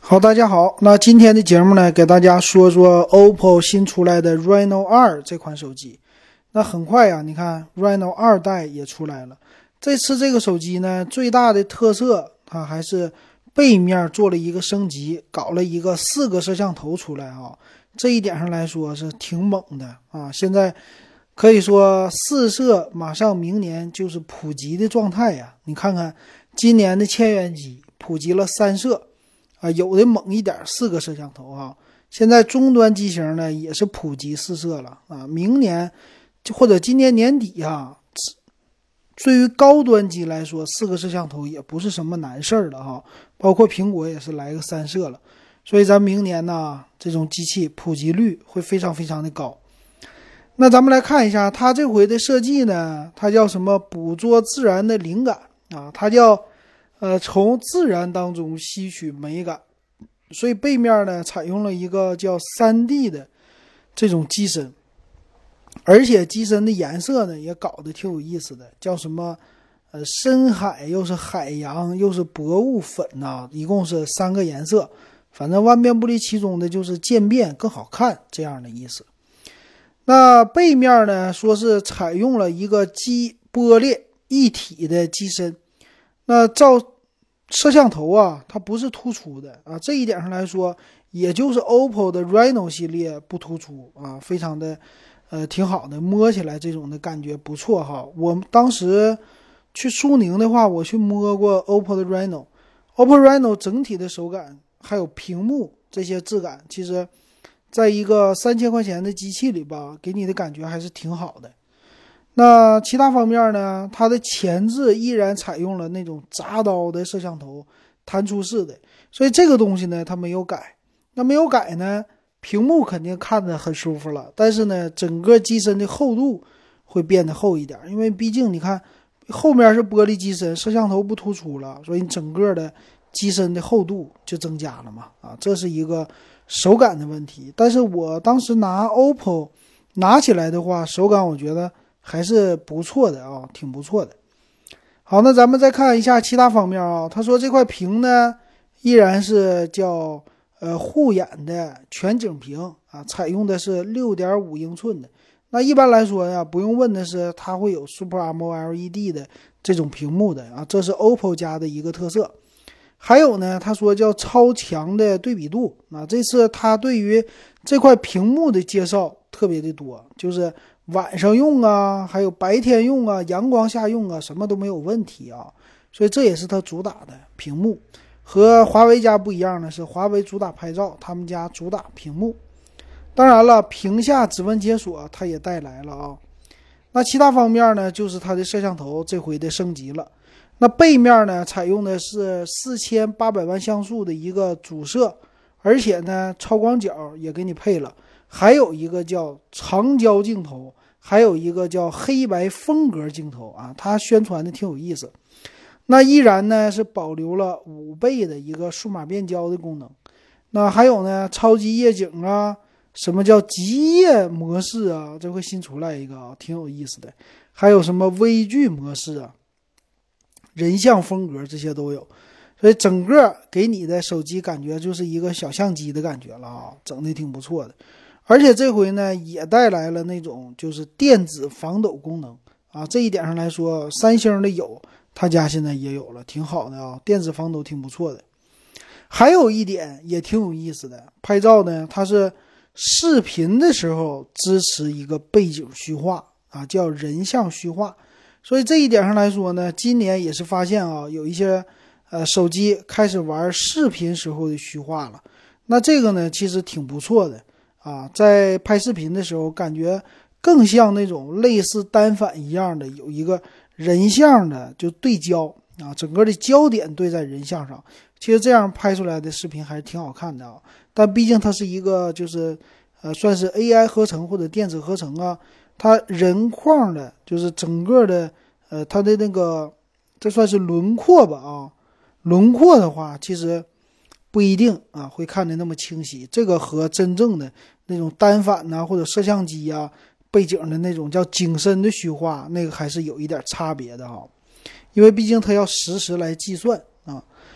好，大家好，那今天的节目呢，给大家说说 OPPO 新出来的 Reno 2这款手机。那很快呀，你看 Reno 2代也出来了。这次这个手机呢，最大的特色它还是背面做了一个升级，搞了一个4个摄像头出来啊。这一点上来说是挺猛的啊。现在可以说4摄马上明年就是普及的状态呀。你看看今年的千元机普及了3摄。有的猛一点4个摄像头啊，现在中端机型呢也是普及4摄了啊，明年或者今年年底啊，对于高端机来说4个摄像头也不是什么难事儿了哈，包括苹果也是来个3摄了，所以咱明年呢这种机器普及率会非常非常的高。那咱们来看一下它这回的设计呢，它叫什么？捕捉自然的灵感啊，它叫从自然当中吸取美感，所以背面呢采用了一个叫 3D 的这种机身，而且机身的颜色呢也搞得挺有意思的，叫什么深海又是海洋又是薄雾粉啊，一共是3个颜色，反正万变不离其宗的就是渐变更好看这样的意思。那背面呢说是采用了一个玻璃一体的机身，那摄像头啊，它不是突出的啊，这一点上来说，也就是 OPPO 的 Reno 系列不突出啊，非常的挺好的，摸起来这种的感觉不错哈。我当时去苏宁的话，我去摸过 OPPO 的 Reno，OPPO Reno 整体的手感还有屏幕这些质感，其实在一个3000块钱的机器里吧，给你的感觉还是挺好的。那其他方面呢，它的前置依然采用了那种铡刀的摄像头，弹出式的，所以这个东西呢它没有改。那没有改呢，屏幕肯定看着很舒服了，但是呢整个机身的厚度会变得厚一点，因为毕竟你看后面是玻璃机身，摄像头不突出了，所以整个的机身的厚度就增加了嘛，啊，这是一个手感的问题。但是我当时拿 OPPO 拿起来的话，手感我觉得还是不错的啊，挺不错的。好，那咱们再看一下其他方面啊。他说这块屏呢，依然是叫护眼的全景屏啊，采用的是6.5英寸的。那一般来说呀，不用问的是它会有 Super AMOLED LED 的这种屏幕的啊，这是 OPPO 家的一个特色。还有呢，他说叫超强的对比度啊，这次他对于这块屏幕的介绍特别的多，就是晚上用啊，还有白天用啊，阳光下用啊，什么都没有问题啊，所以这也是它主打的屏幕。和华为家不一样的是，华为主打拍照，他们家主打屏幕。当然了，屏下指纹解锁它也带来了啊。那其他方面呢，就是它的摄像头这回的升级了。那背面呢，采用的是4800万像素的一个主摄，而且呢，超广角也给你配了。还有一个叫长焦镜头，还有一个叫黑白风格镜头啊，它宣传的挺有意思。那依然呢是保留了5倍的一个数码变焦的功能。那还有呢，超级夜景啊，什么叫极夜模式啊，这会新出来一个啊，挺有意思的。还有什么微距模式啊，人像风格这些都有。所以整个给你的手机感觉就是一个小相机的感觉了啊，整的挺不错的。而且这回呢也带来了那种就是电子防抖功能啊，这一点上来说三星的有，他家现在也有了，挺好的啊，电子防抖挺不错的。还有一点也挺有意思的，拍照呢它是视频的时候支持一个背景虚化啊，叫人像虚化。所以这一点上来说呢，今年也是发现啊，有一些手机开始玩视频时候的虚化了。那这个呢其实挺不错的啊，在拍视频的时候感觉更像那种类似单反一样的，有一个人像的就对焦啊，整个的焦点对在人像上，其实这样拍出来的视频还是挺好看的啊。但毕竟它是一个就是算是 AI 合成或者电子合成啊，它人框的就是整个的它的那个这算是轮廓吧啊，轮廓的话其实不一定啊会看得那么清晰，这个和真正的那种单反呐或者摄像机啊背景的那种叫景深的虚化，那个还是有一点差别的啊，因为毕竟它要实时来计算啊。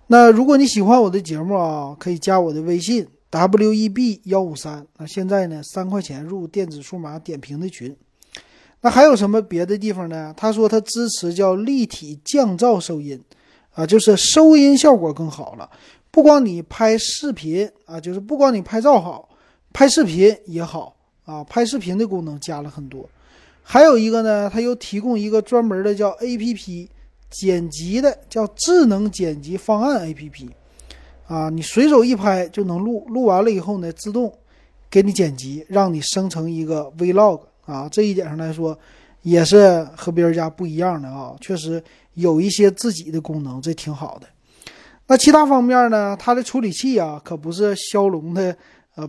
那如果你喜欢我的节目啊，可以加我的微信 WEB153，那现在呢3块钱入电子数码点评的群。那还有什么别的地方呢？他说他支持叫立体降噪收音啊，就是收音效果更好了。不光你拍视频啊，就是不光你拍照好，拍视频也好啊，拍视频的功能加了很多。还有一个呢，它又提供一个专门的叫 APP 剪辑的，叫智能剪辑方案 APP 啊，你随手一拍就能录，录完了以后呢，自动给你剪辑，让你生成一个 Vlog 啊。这一点上来说，也是和别人家不一样的啊，确实有一些自己的功能，这挺好的。那其他方面呢，它的处理器啊，可不是骁龙的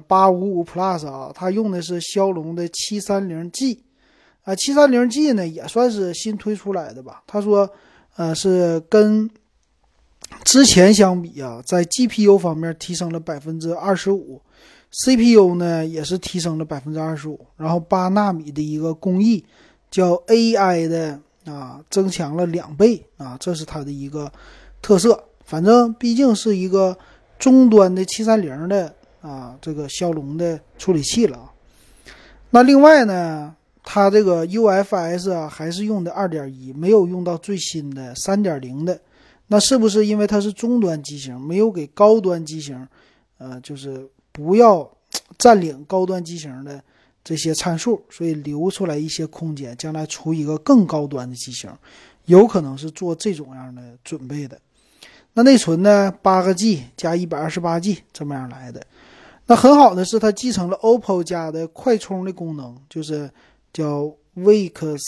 855 Plus 啊，它用的是骁龙的 730G 啊，730G 呢也算是新推出来的吧。他说是跟之前相比啊，在 GPU 方面提升了 25%， CPU 呢也是提升了 25%， 然后8纳米的一个工艺叫 AI 的啊，增强了2倍啊，这是它的一个特色。反正毕竟是一个终端的730的啊，这个骁龙的处理器了。那另外呢，它这个 UFS 啊还是用的 2.1， 没有用到最新的 3.0 的。那是不是因为它是终端机型，没有给高端机型就是不要占领高端机型的这些参数，所以留出来一些空间，将来出一个更高端的机型，有可能是做这种样的准备的。那内存呢 8G 加 128G 这么样来的。那很好的是它继承了 OPPO 家的快充的功能，就是叫 Wake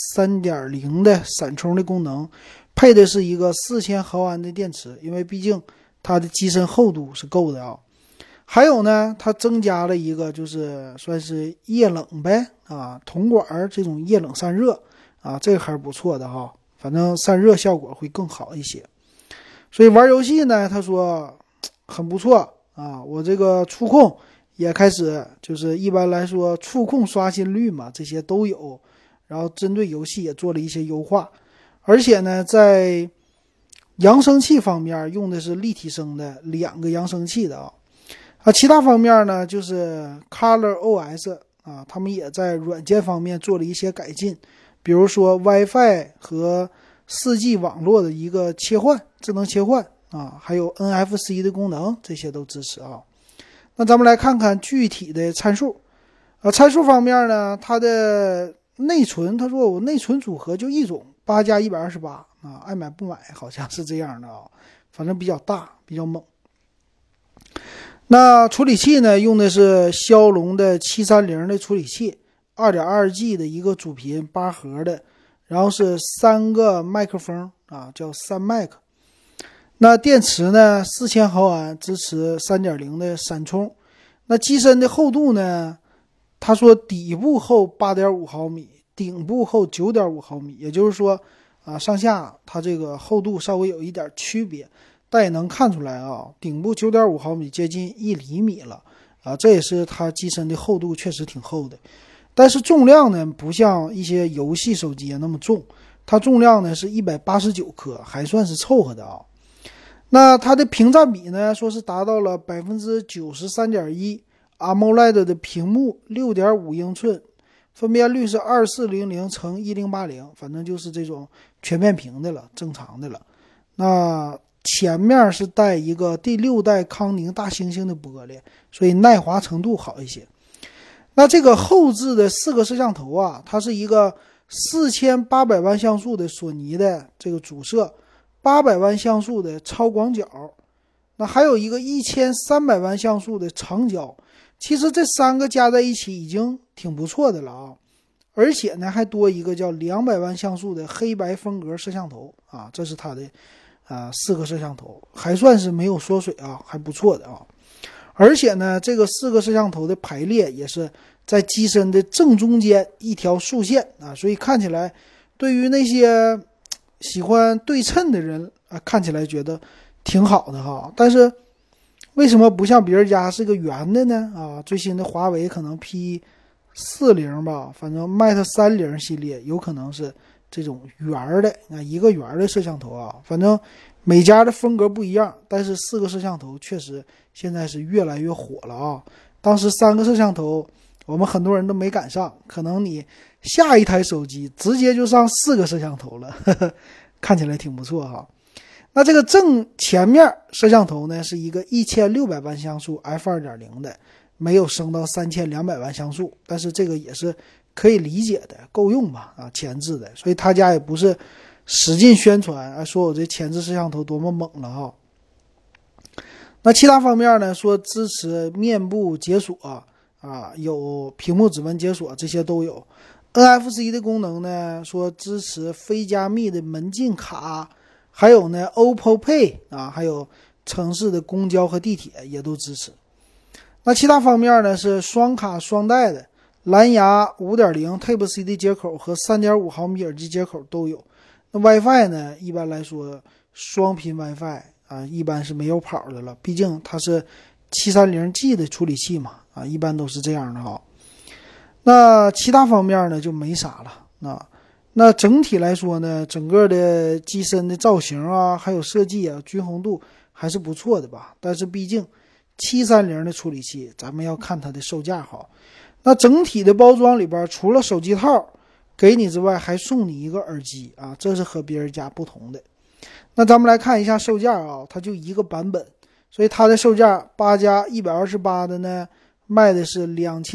3.0 的闪充的功能，配的是一个4000毫安的电池，因为毕竟它的机身厚度是够的啊。还有呢，它增加了一个就是算是液冷呗啊，铜管这种液冷散热啊，这个还是不错的哈，反正散热效果会更好一些。所以玩游戏呢，他说很不错啊，我这个触控也开始，就是一般来说触控刷新率嘛，这些都有，然后针对游戏也做了一些优化，而且呢，在扬声器方面用的是立体声的2个扬声器的啊，其他方面呢，就是 ColorOS 啊，他们也在软件方面做了一些改进，比如说 WiFi 和4G 网络的一个切换，智能切换啊，还有 NFC 的功能，这些都支持啊。那咱们来看看具体的参数参数方面呢，它的内存，他说我内存组合就一种8加128啊，爱买不买，好像是这样的啊，反正比较大，比较猛。那处理器呢，用的是骁龙的730的处理器， 2.2G 的一个主频8核的，然后是3个麦克风啊，叫3麦克。那电池呢4000毫安，支持 3.0 的闪充。那机身的厚度呢，他说底部厚 8.5 毫米，顶部厚 9.5 毫米，也就是说啊，上下它这个厚度稍微有一点区别，但也能看出来啊，顶部 9.5 毫米接近1厘米了啊，这也是它机身的厚度确实挺厚的。但是重量呢，不像一些游戏手机那么重，它重量呢是189克，还算是凑合的啊。那它的屏占比呢，说是达到了 93.1%， AMOLED 的屏幕 6.5 英寸，分辨率是2400乘1080，反正就是这种全面屏的了，正常的了。那前面是带一个第6代康宁大猩猩的玻璃，所以耐滑程度好一些。那这个后置的4个摄像头啊，它是一个4800万像素的索尼的这个主摄，800万像素的超广角，那还有一个1300万像素的长焦。其实这3个加在一起已经挺不错的了啊，而且呢还多一个叫200万像素的黑白风格摄像头啊，这是它的4个摄像头，还算是没有缩水啊，还不错的啊。而且呢，这个4个摄像头的排列也是在机身的正中间一条竖线啊，所以看起来对于那些喜欢对称的人看起来觉得挺好的哈。但是为什么不像别人家是个圆的呢？啊，最新的华为可能 P40 吧，反正 Mate 30系列有可能是这种圆的一个圆的摄像头啊，反正每家的风格不一样，但是4个摄像头确实现在是越来越火了啊。当时3个摄像头我们很多人都没赶上，可能你下一台手机直接就上4个摄像头了，看起来挺不错哈。那这个正前面摄像头呢是一个1600万像素 f2.0 的，没有升到3200万像素，但是这个也是可以理解的，够用吧啊，前置的，所以他家也不是使劲宣传说我这前置摄像头多么猛了哈。那其他方面呢，说支持面部解锁啊，有屏幕指纹解锁，这些都有。NFC 的功能呢，说支持非加密的门禁卡，还有呢 OPPO Pay 啊，还有城市的公交和地铁也都支持。那其他方面呢，是双卡双待的，蓝牙 5.0 Type-C 的接口和 3.5 毫米耳机接口都有。那 WiFi 呢，一般来说双频 WiFi 啊，一般是没有跑的了，毕竟它是 730G 的处理器嘛啊，一般都是这样的哈。那其他方面呢就没啥了。那整体来说呢，整个的机身的造型啊，还有设计啊，均衡度还是不错的吧。但是毕竟730的处理器，咱们要看它的售价好。那整体的包装里边，除了手机套给你之外，还送你一个耳机啊，这是和别人家不同的。那咱们来看一下售价啊，它就一个版本，所以它的售价8加128的呢，卖的是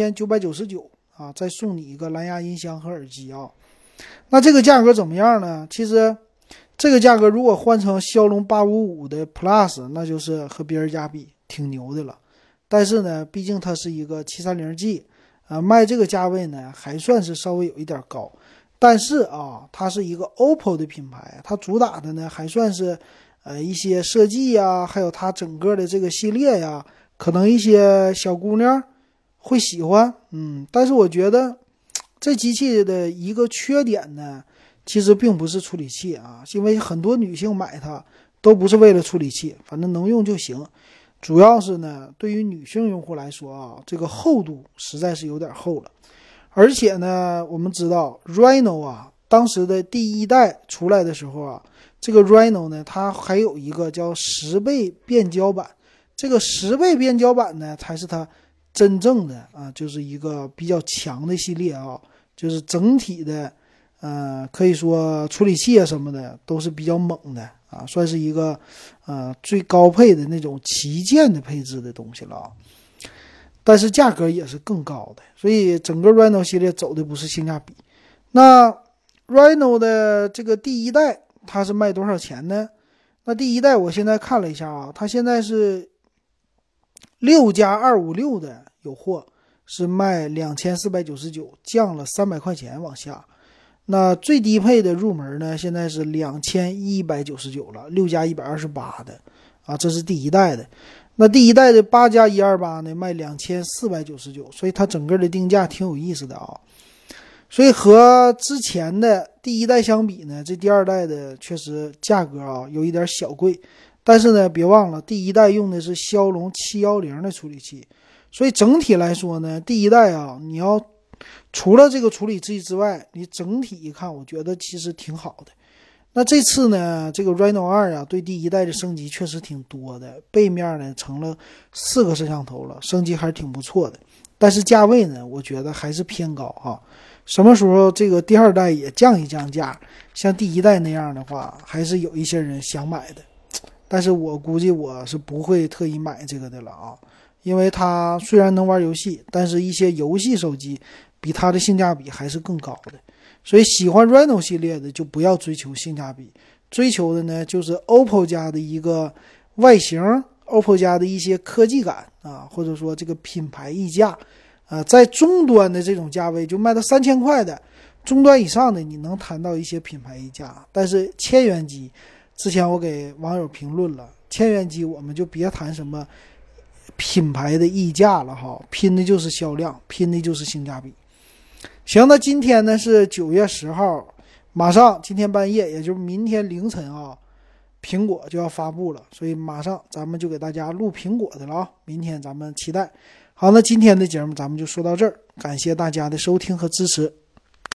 2999啊，再送你一个蓝牙音箱和耳机啊。那这个价格怎么样呢？其实这个价格如果换成骁龙855的 Plus， 那就是和别人家比挺牛的了。但是呢，毕竟它是一个 730G 卖这个价位呢，还算是稍微有一点高。但是啊，它是一个 OPPO 的品牌，它主打的呢还算是一些设计呀，还有它整个的这个系列呀，可能一些小姑娘会喜欢。但是我觉得这机器的一个缺点呢，其实并不是处理器啊，因为很多女性买它都不是为了处理器，反正能用就行。主要是呢，对于女性用户来说啊，这个厚度实在是有点厚了。而且呢，我们知道 Reno 啊，当时的第一代出来的时候啊，这个 Reno 呢，它还有一个叫10倍变焦版。这个10倍变焦版呢，才是它真正的就是一个比较强的系列啊，就是整体的可以说处理器啊什么的都是比较猛的啊，算是一个最高配的那种旗舰的配置的东西了啊。但是价格也是更高的，所以整个 Reno 系列走的不是性价比。那 Reno 的这个第一代它是卖多少钱呢？那第一代我现在看了一下啊，它现在是6加256的有货，是卖2499，降了300块钱往下。那最低配的入门呢，现在是2199了，6加128的啊，这是第一代的。那第一代的8加128呢，卖2499，所以它整个的定价挺有意思的啊。所以和之前的第一代相比呢，这第二代的确实价格有一点小贵，但是呢，别忘了第一代用的是骁龙710的处理器，所以整体来说呢，第一代你要除了这个处理器之外，你整体一看，我觉得其实挺好的。那这次呢，这个 Reno 2对第一代的升级确实挺多的，背面呢成了4个摄像头了，升级还是挺不错的。但是价位呢，我觉得还是偏高啊。什么时候这个第二代也降一降价，像第一代那样的话，还是有一些人想买的。但是我估计我是不会特意买这个的了啊，因为它虽然能玩游戏，但是一些游戏手机比它的性价比还是更高的。所以喜欢 Reno 系列的就不要追求性价比，追求的呢就是 OPPO 家的一个外形， OPPO 家的一些科技感或者说这个品牌溢价在中端的这种价位就卖到3000块的，中端以上的你能谈到一些品牌溢价。但是千元机，之前我给网友评论了，千元机我们就别谈什么品牌的溢价了哈，拼的就是销量，拼的就是性价比。行，那今天呢是9月10号，马上今天半夜，也就是明天凌晨苹果就要发布了，所以马上咱们就给大家录苹果的了啊，明天咱们期待。好，那今天的节目咱们就说到这儿，感谢大家的收听和支持。